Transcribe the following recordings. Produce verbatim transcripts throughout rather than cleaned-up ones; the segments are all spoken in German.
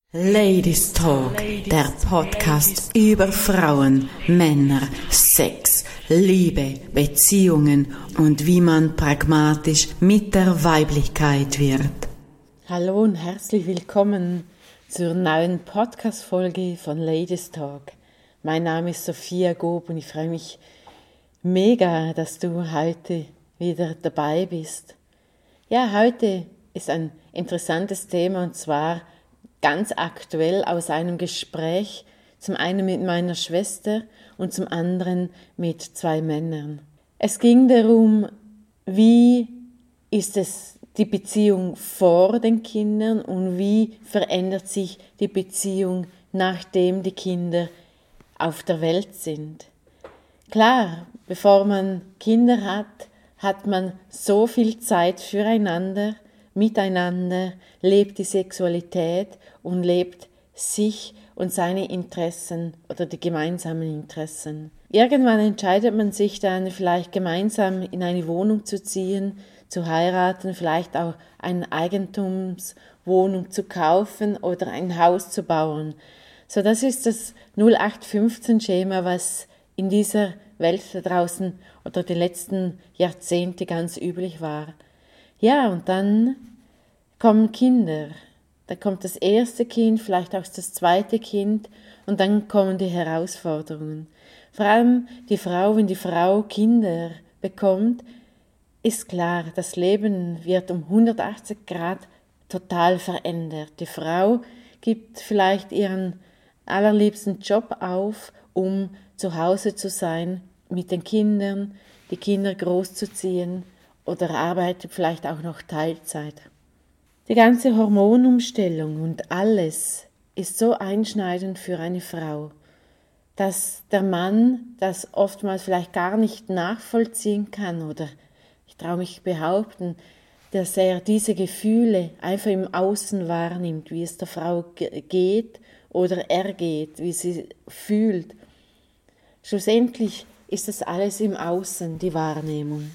Ladies Talk, der Podcast über Frauen, Männer, Sex, Liebe, Beziehungen und wie man pragmatisch mit der Weiblichkeit wird. Hallo und herzlich willkommen zur neuen Podcast-Folge von Ladies Talk. Mein Name ist Sophia Gob und ich freue mich mega, dass du heute wieder dabei bist. Ja, heute ist ein interessantes Thema und zwar ganz aktuell aus einem Gespräch, zum einen mit meiner Schwester und zum anderen mit zwei Männern. Es ging darum, wie ist es die Beziehung vor den Kindern und wie verändert sich die Beziehung, nachdem die Kinder auf der Welt sind. Klar, bevor man Kinder hat, hat man so viel Zeit füreinander, miteinander, lebt die Sexualität und lebt sich und seine Interessen oder die gemeinsamen Interessen. Irgendwann entscheidet man sich dann vielleicht gemeinsam in eine Wohnung zu ziehen, zu heiraten, vielleicht auch eine Eigentumswohnung zu kaufen oder ein Haus zu bauen. So, das ist das null acht fünfzehn Schema, was in dieser Welt da draußen oder die letzten Jahrzehnte ganz üblich war. Ja, und dann kommen Kinder. Da kommt das erste Kind, vielleicht auch das zweite Kind und dann kommen die Herausforderungen. Vor allem die Frau, wenn die Frau Kinder bekommt, ist klar, das Leben wird um hundertachtzig Grad total verändert. Die Frau gibt vielleicht ihren allerliebsten Job auf, um zu Hause zu sein, mit den Kindern, die Kinder großzuziehen oder arbeitet vielleicht auch noch Teilzeit. Die ganze Hormonumstellung und alles ist so einschneidend für eine Frau, dass der Mann das oftmals vielleicht gar nicht nachvollziehen kann oder ich traue mich behaupten, dass er diese Gefühle einfach im Außen wahrnimmt, wie es der Frau geht oder er geht, wie sie fühlt. Schlussendlich ist das alles im Außen, die Wahrnehmung.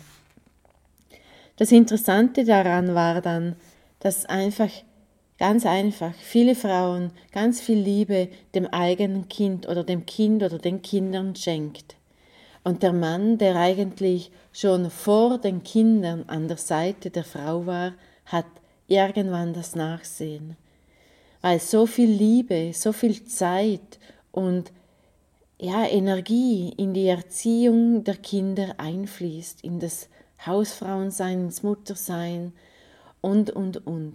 Das Interessante daran war dann, dass einfach, ganz einfach, viele Frauen ganz viel Liebe dem eigenen Kind oder dem Kind oder den Kindern schenkt. Und der Mann, der eigentlich schon vor den Kindern an der Seite der Frau war, hat irgendwann das Nachsehen. Weil so viel Liebe, so viel Zeit und ja, Energie in die Erziehung der Kinder einfließt, in das Hausfrauensein, ins Muttersein und, und, und.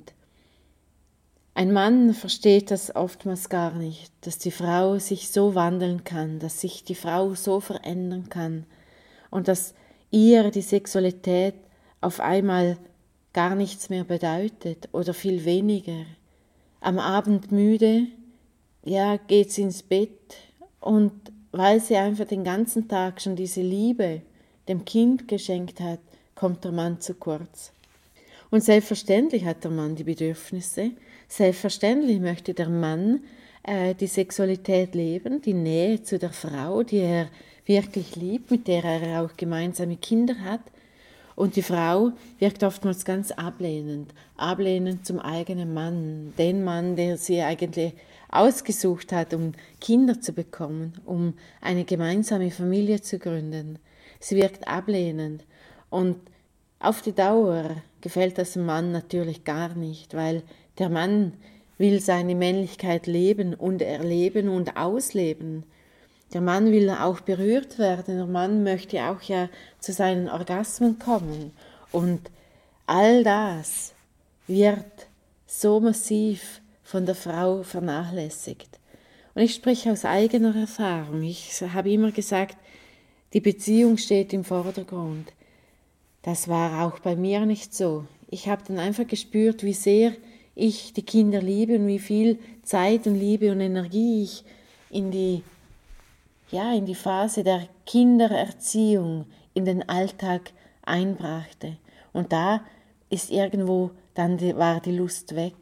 Ein Mann versteht das oftmals gar nicht, dass die Frau sich so wandeln kann, dass sich die Frau so verändern kann und dass ihr die Sexualität auf einmal gar nichts mehr bedeutet oder viel weniger. Am Abend müde, ja, geht sie ins Bett und weil sie einfach den ganzen Tag schon diese Liebe dem Kind geschenkt hat, kommt der Mann zu kurz. Und selbstverständlich hat der Mann die Bedürfnisse, selbstverständlich möchte der Mann äh, die Sexualität leben, die Nähe zu der Frau, die er wirklich liebt, mit der er auch gemeinsame Kinder hat. Und die Frau wirkt oftmals ganz ablehnend, ablehnend zum eigenen Mann, den Mann, der sie eigentlich ausgesucht hat, um Kinder zu bekommen, um eine gemeinsame Familie zu gründen. Sie wirkt ablehnend und auf die Dauer gefällt das dem Mann natürlich gar nicht, weil der Mann will seine Männlichkeit leben und erleben und ausleben. Der Mann will auch berührt werden, der Mann möchte auch ja zu seinen Orgasmen kommen. Und all das wird so massiv von der Frau vernachlässigt. Und ich spreche aus eigener Erfahrung. Ich habe immer gesagt, die Beziehung steht im Vordergrund. Das war auch bei mir nicht so. Ich habe dann einfach gespürt, wie sehr ich die Kinder liebe und wie viel Zeit und Liebe und Energie ich in die, ja, in die Phase der Kindererziehung, in den Alltag einbrachte. Und da ist irgendwo, dann die, war die Lust weg.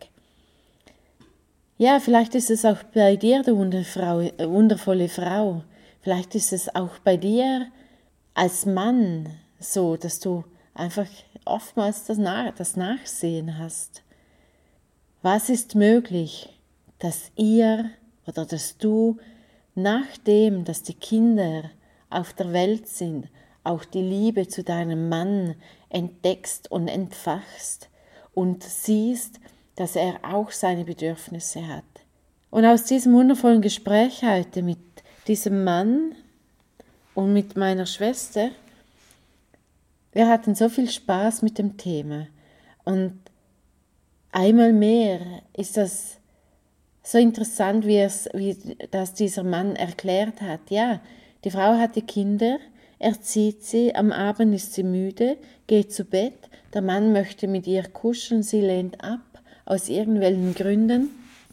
Ja, vielleicht ist es auch bei dir, du wundervolle Frau. Vielleicht ist es auch bei dir als Mann so, dass du einfach oftmals das, Nach- das Nachsehen hast. Was ist möglich, dass ihr oder dass du, nachdem, dass die Kinder auf der Welt sind, auch die Liebe zu deinem Mann entdeckst und entfachst und siehst, dass er auch seine Bedürfnisse hat. Und aus diesem wundervollen Gespräch heute mit diesem Mann und mit meiner Schwester, wir hatten so viel Spaß mit dem Thema. Und einmal mehr ist das so interessant, wie, es, wie das dieser Mann erklärt hat. Ja, die Frau hat die Kinder, erzieht sie, am Abend ist sie müde, geht zu Bett, der Mann möchte mit ihr kuscheln, sie lehnt ab, aus irgendwelchen Gründen.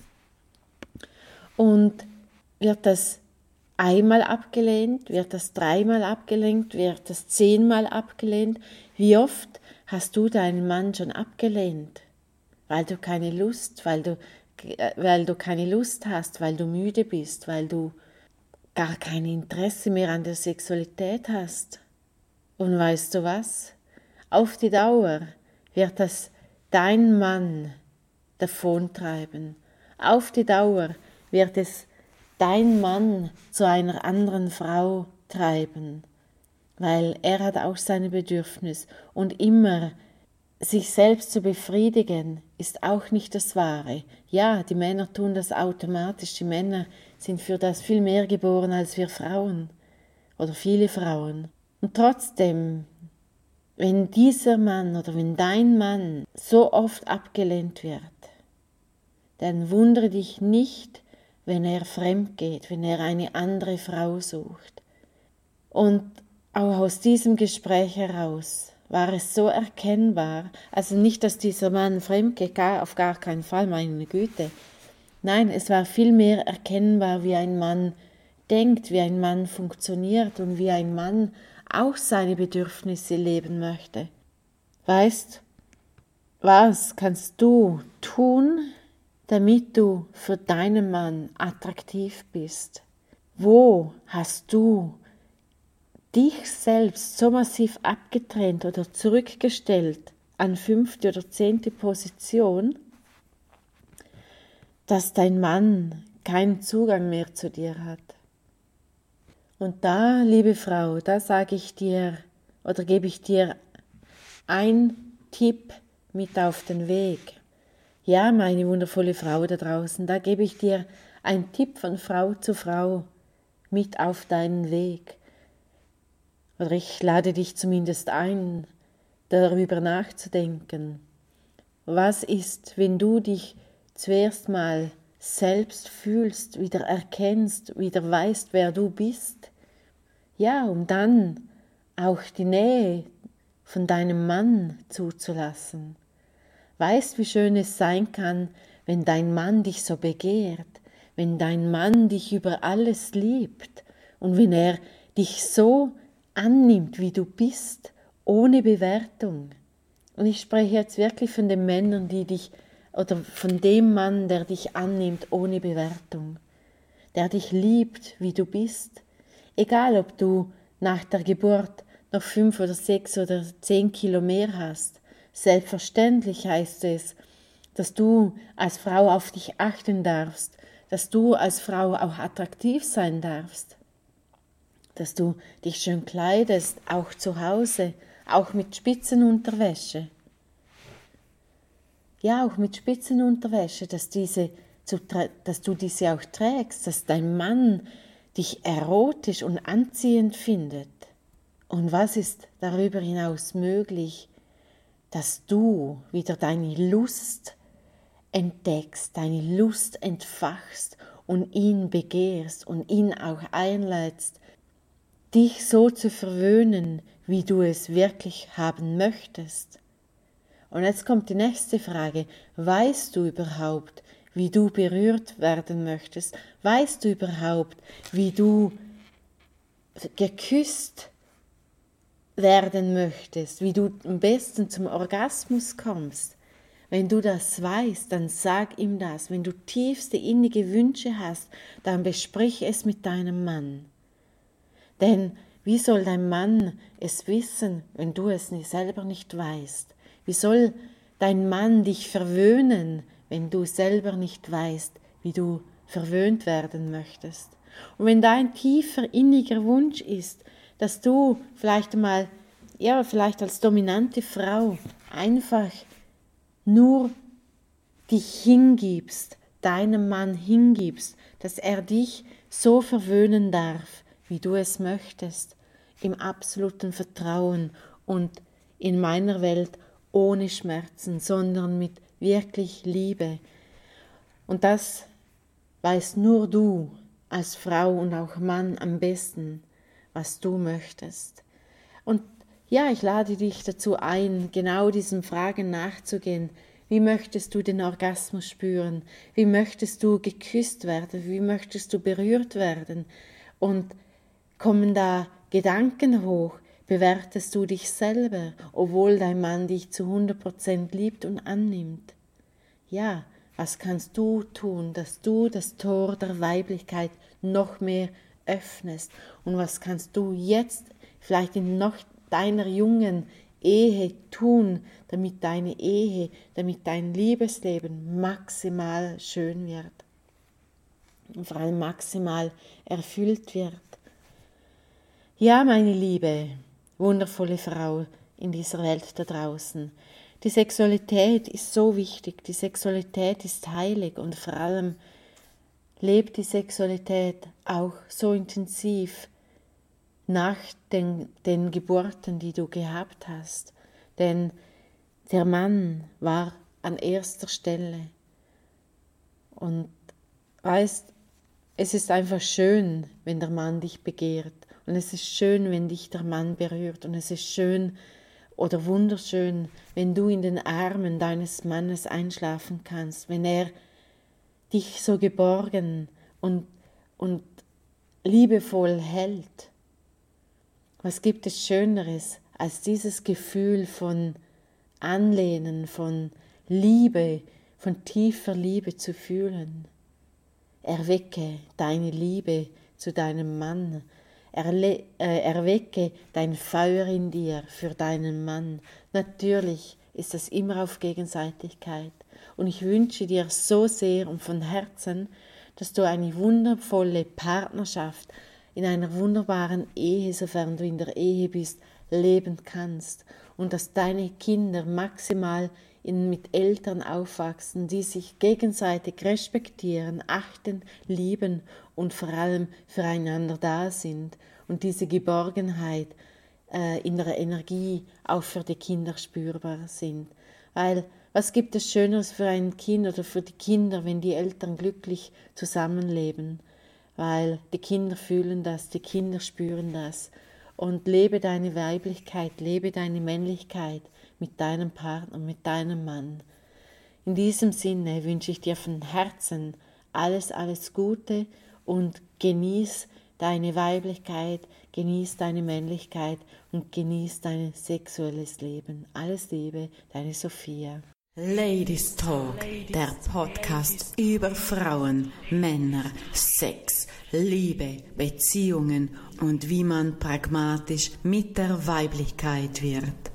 Und wird das einmal abgelehnt, wird das dreimal abgelehnt, wird das zehnmal abgelehnt. Wie oft hast du deinen Mann schon abgelehnt? Weil du keine Lust, weil du, weil du keine Lust hast, weil du müde bist, weil du gar kein Interesse mehr an der Sexualität hast. Und weißt du was? Auf die Dauer wird das dein Mann davontreiben. Auf die Dauer wird es dein Mann zu einer anderen Frau treiben, weil er hat auch seine Bedürfnisse und immer sich selbst zu befriedigen ist auch nicht das Wahre. Ja, die Männer tun das automatisch, die Männer sind für das viel mehr geboren als wir Frauen oder viele Frauen. Und trotzdem, wenn dieser Mann oder wenn dein Mann so oft abgelehnt wird, dann wundere dich nicht, wenn er fremd geht, wenn er eine andere Frau sucht. Und auch aus diesem Gespräch heraus war es so erkennbar, also nicht, dass dieser Mann fremd geht, gar, auf gar keinen Fall, meine Güte. Nein, es war vielmehr erkennbar, wie ein Mann denkt, wie ein Mann funktioniert und wie ein Mann auch seine Bedürfnisse leben möchte. Weißt, was kannst du tun, damit du für deinen Mann attraktiv bist? Wo hast du dich selbst so massiv abgetrennt oder zurückgestellt an fünfte oder zehnte Position, dass dein Mann keinen Zugang mehr zu dir hat? Und da, liebe Frau, da sage ich dir oder gebe ich dir einen Tipp mit auf den Weg. Ja, meine wundervolle Frau da draußen, da gebe ich dir einen Tipp von Frau zu Frau mit auf deinen Weg. Oder ich lade dich zumindest ein, darüber nachzudenken. Was ist, wenn du dich zuerst mal selbst fühlst, wieder erkennst, wieder weißt, wer du bist? Ja, um dann auch die Nähe von deinem Mann zuzulassen. Weißt, wie schön es sein kann, wenn dein Mann dich so begehrt, wenn dein Mann dich über alles liebt und wenn er dich so annimmt, wie du bist, ohne Bewertung. Und ich spreche jetzt wirklich von den Männern, die dich, oder von dem Mann, der dich annimmt, ohne Bewertung, der dich liebt, wie du bist, egal ob du nach der Geburt noch fünf oder sechs oder zehn Kilo mehr hast. Selbstverständlich heißt es, dass du als Frau auf dich achten darfst, dass du als Frau auch attraktiv sein darfst, dass du dich schön kleidest, auch zu Hause, auch mit Spitzenunterwäsche. Ja, auch mit Spitzenunterwäsche, dass, diese, dass du diese auch trägst, dass dein Mann dich erotisch und anziehend findet. Und was ist darüber hinaus möglich? Dass du wieder deine Lust entdeckst, deine Lust entfachst und ihn begehrst und ihn auch einlädst, dich so zu verwöhnen, wie du es wirklich haben möchtest. Und jetzt kommt die nächste Frage. Weißt du überhaupt, wie du berührt werden möchtest? Weißt du überhaupt, wie du geküsst werden möchtest, wie du am besten zum Orgasmus kommst? Wenn du das weißt, dann sag ihm das. Wenn du tiefste innige Wünsche hast, dann besprich es mit deinem Mann. Denn wie soll dein Mann es wissen, wenn du es selber nicht weißt? Wie soll dein Mann dich verwöhnen, wenn du selber nicht weißt, wie du verwöhnt werden möchtest. Und wenn da ein tiefer, inniger Wunsch ist, dass du vielleicht einmal, ja, vielleicht als dominante Frau einfach nur dich hingibst, deinem Mann hingibst, dass er dich so verwöhnen darf, wie du es möchtest, im absoluten Vertrauen und in meiner Welt ohne Schmerzen, sondern mit wirklich Liebe. Und das weißt nur du als Frau und auch Mann am besten, was du möchtest. Und ja, ich lade dich dazu ein, genau diesen Fragen nachzugehen. Wie möchtest du den Orgasmus spüren? Wie möchtest du geküsst werden? Wie möchtest du berührt werden? Und kommen da Gedanken hoch? Bewertest du dich selber, obwohl dein Mann dich zu hundert Prozent liebt und annimmt? Ja, was kannst du tun, dass du das Tor der Weiblichkeit noch mehr öffnest? Und was kannst du jetzt vielleicht in noch deiner jungen Ehe tun, damit deine Ehe, damit dein Liebesleben maximal schön wird und vor allem maximal erfüllt wird? Ja, meine Liebe, wundervolle Frau in dieser Welt da draußen, die Sexualität ist so wichtig, die Sexualität ist heilig und vor allem lebt die Sexualität auch so intensiv nach den, den Geburten, die du gehabt hast. Denn der Mann war an erster Stelle. Und weißt, es ist einfach schön, wenn der Mann dich begehrt. Und es ist schön, wenn dich der Mann berührt. Und es ist schön oder wunderschön, wenn du in den Armen deines Mannes einschlafen kannst, wenn er dich so geborgen und, und liebevoll hält. Was gibt es Schöneres als dieses Gefühl von Anlehnen, von Liebe, von tiefer Liebe zu fühlen? Erwecke deine Liebe zu deinem Mann. Erle- äh, erwecke dein Feuer in dir für deinen Mann. Natürlich ist das immer auf Gegenseitigkeit. Und ich wünsche dir so sehr und von Herzen, dass du eine wundervolle Partnerschaft in einer wunderbaren Ehe, sofern du in der Ehe bist, leben kannst und dass deine Kinder maximal in, mit Eltern aufwachsen, die sich gegenseitig respektieren, achten, lieben und vor allem füreinander da sind und diese Geborgenheit äh, in der Energie auch für die Kinder spürbar sind. Weil was gibt es Schöneres für ein Kind oder für die Kinder, wenn die Eltern glücklich zusammenleben? Weil die Kinder fühlen das, die Kinder spüren das. Und lebe deine Weiblichkeit, lebe deine Männlichkeit mit deinem Partner, mit deinem Mann. In diesem Sinne wünsche ich dir von Herzen alles, alles Gute und genieß deine Weiblichkeit, genieß deine Männlichkeit und genieß dein sexuelles Leben. Alles Liebe, deine Sophia. Ladies Talk, der Podcast über Frauen, Männer, Sex, Liebe, Beziehungen und wie man pragmatisch mit der Weiblichkeit wird.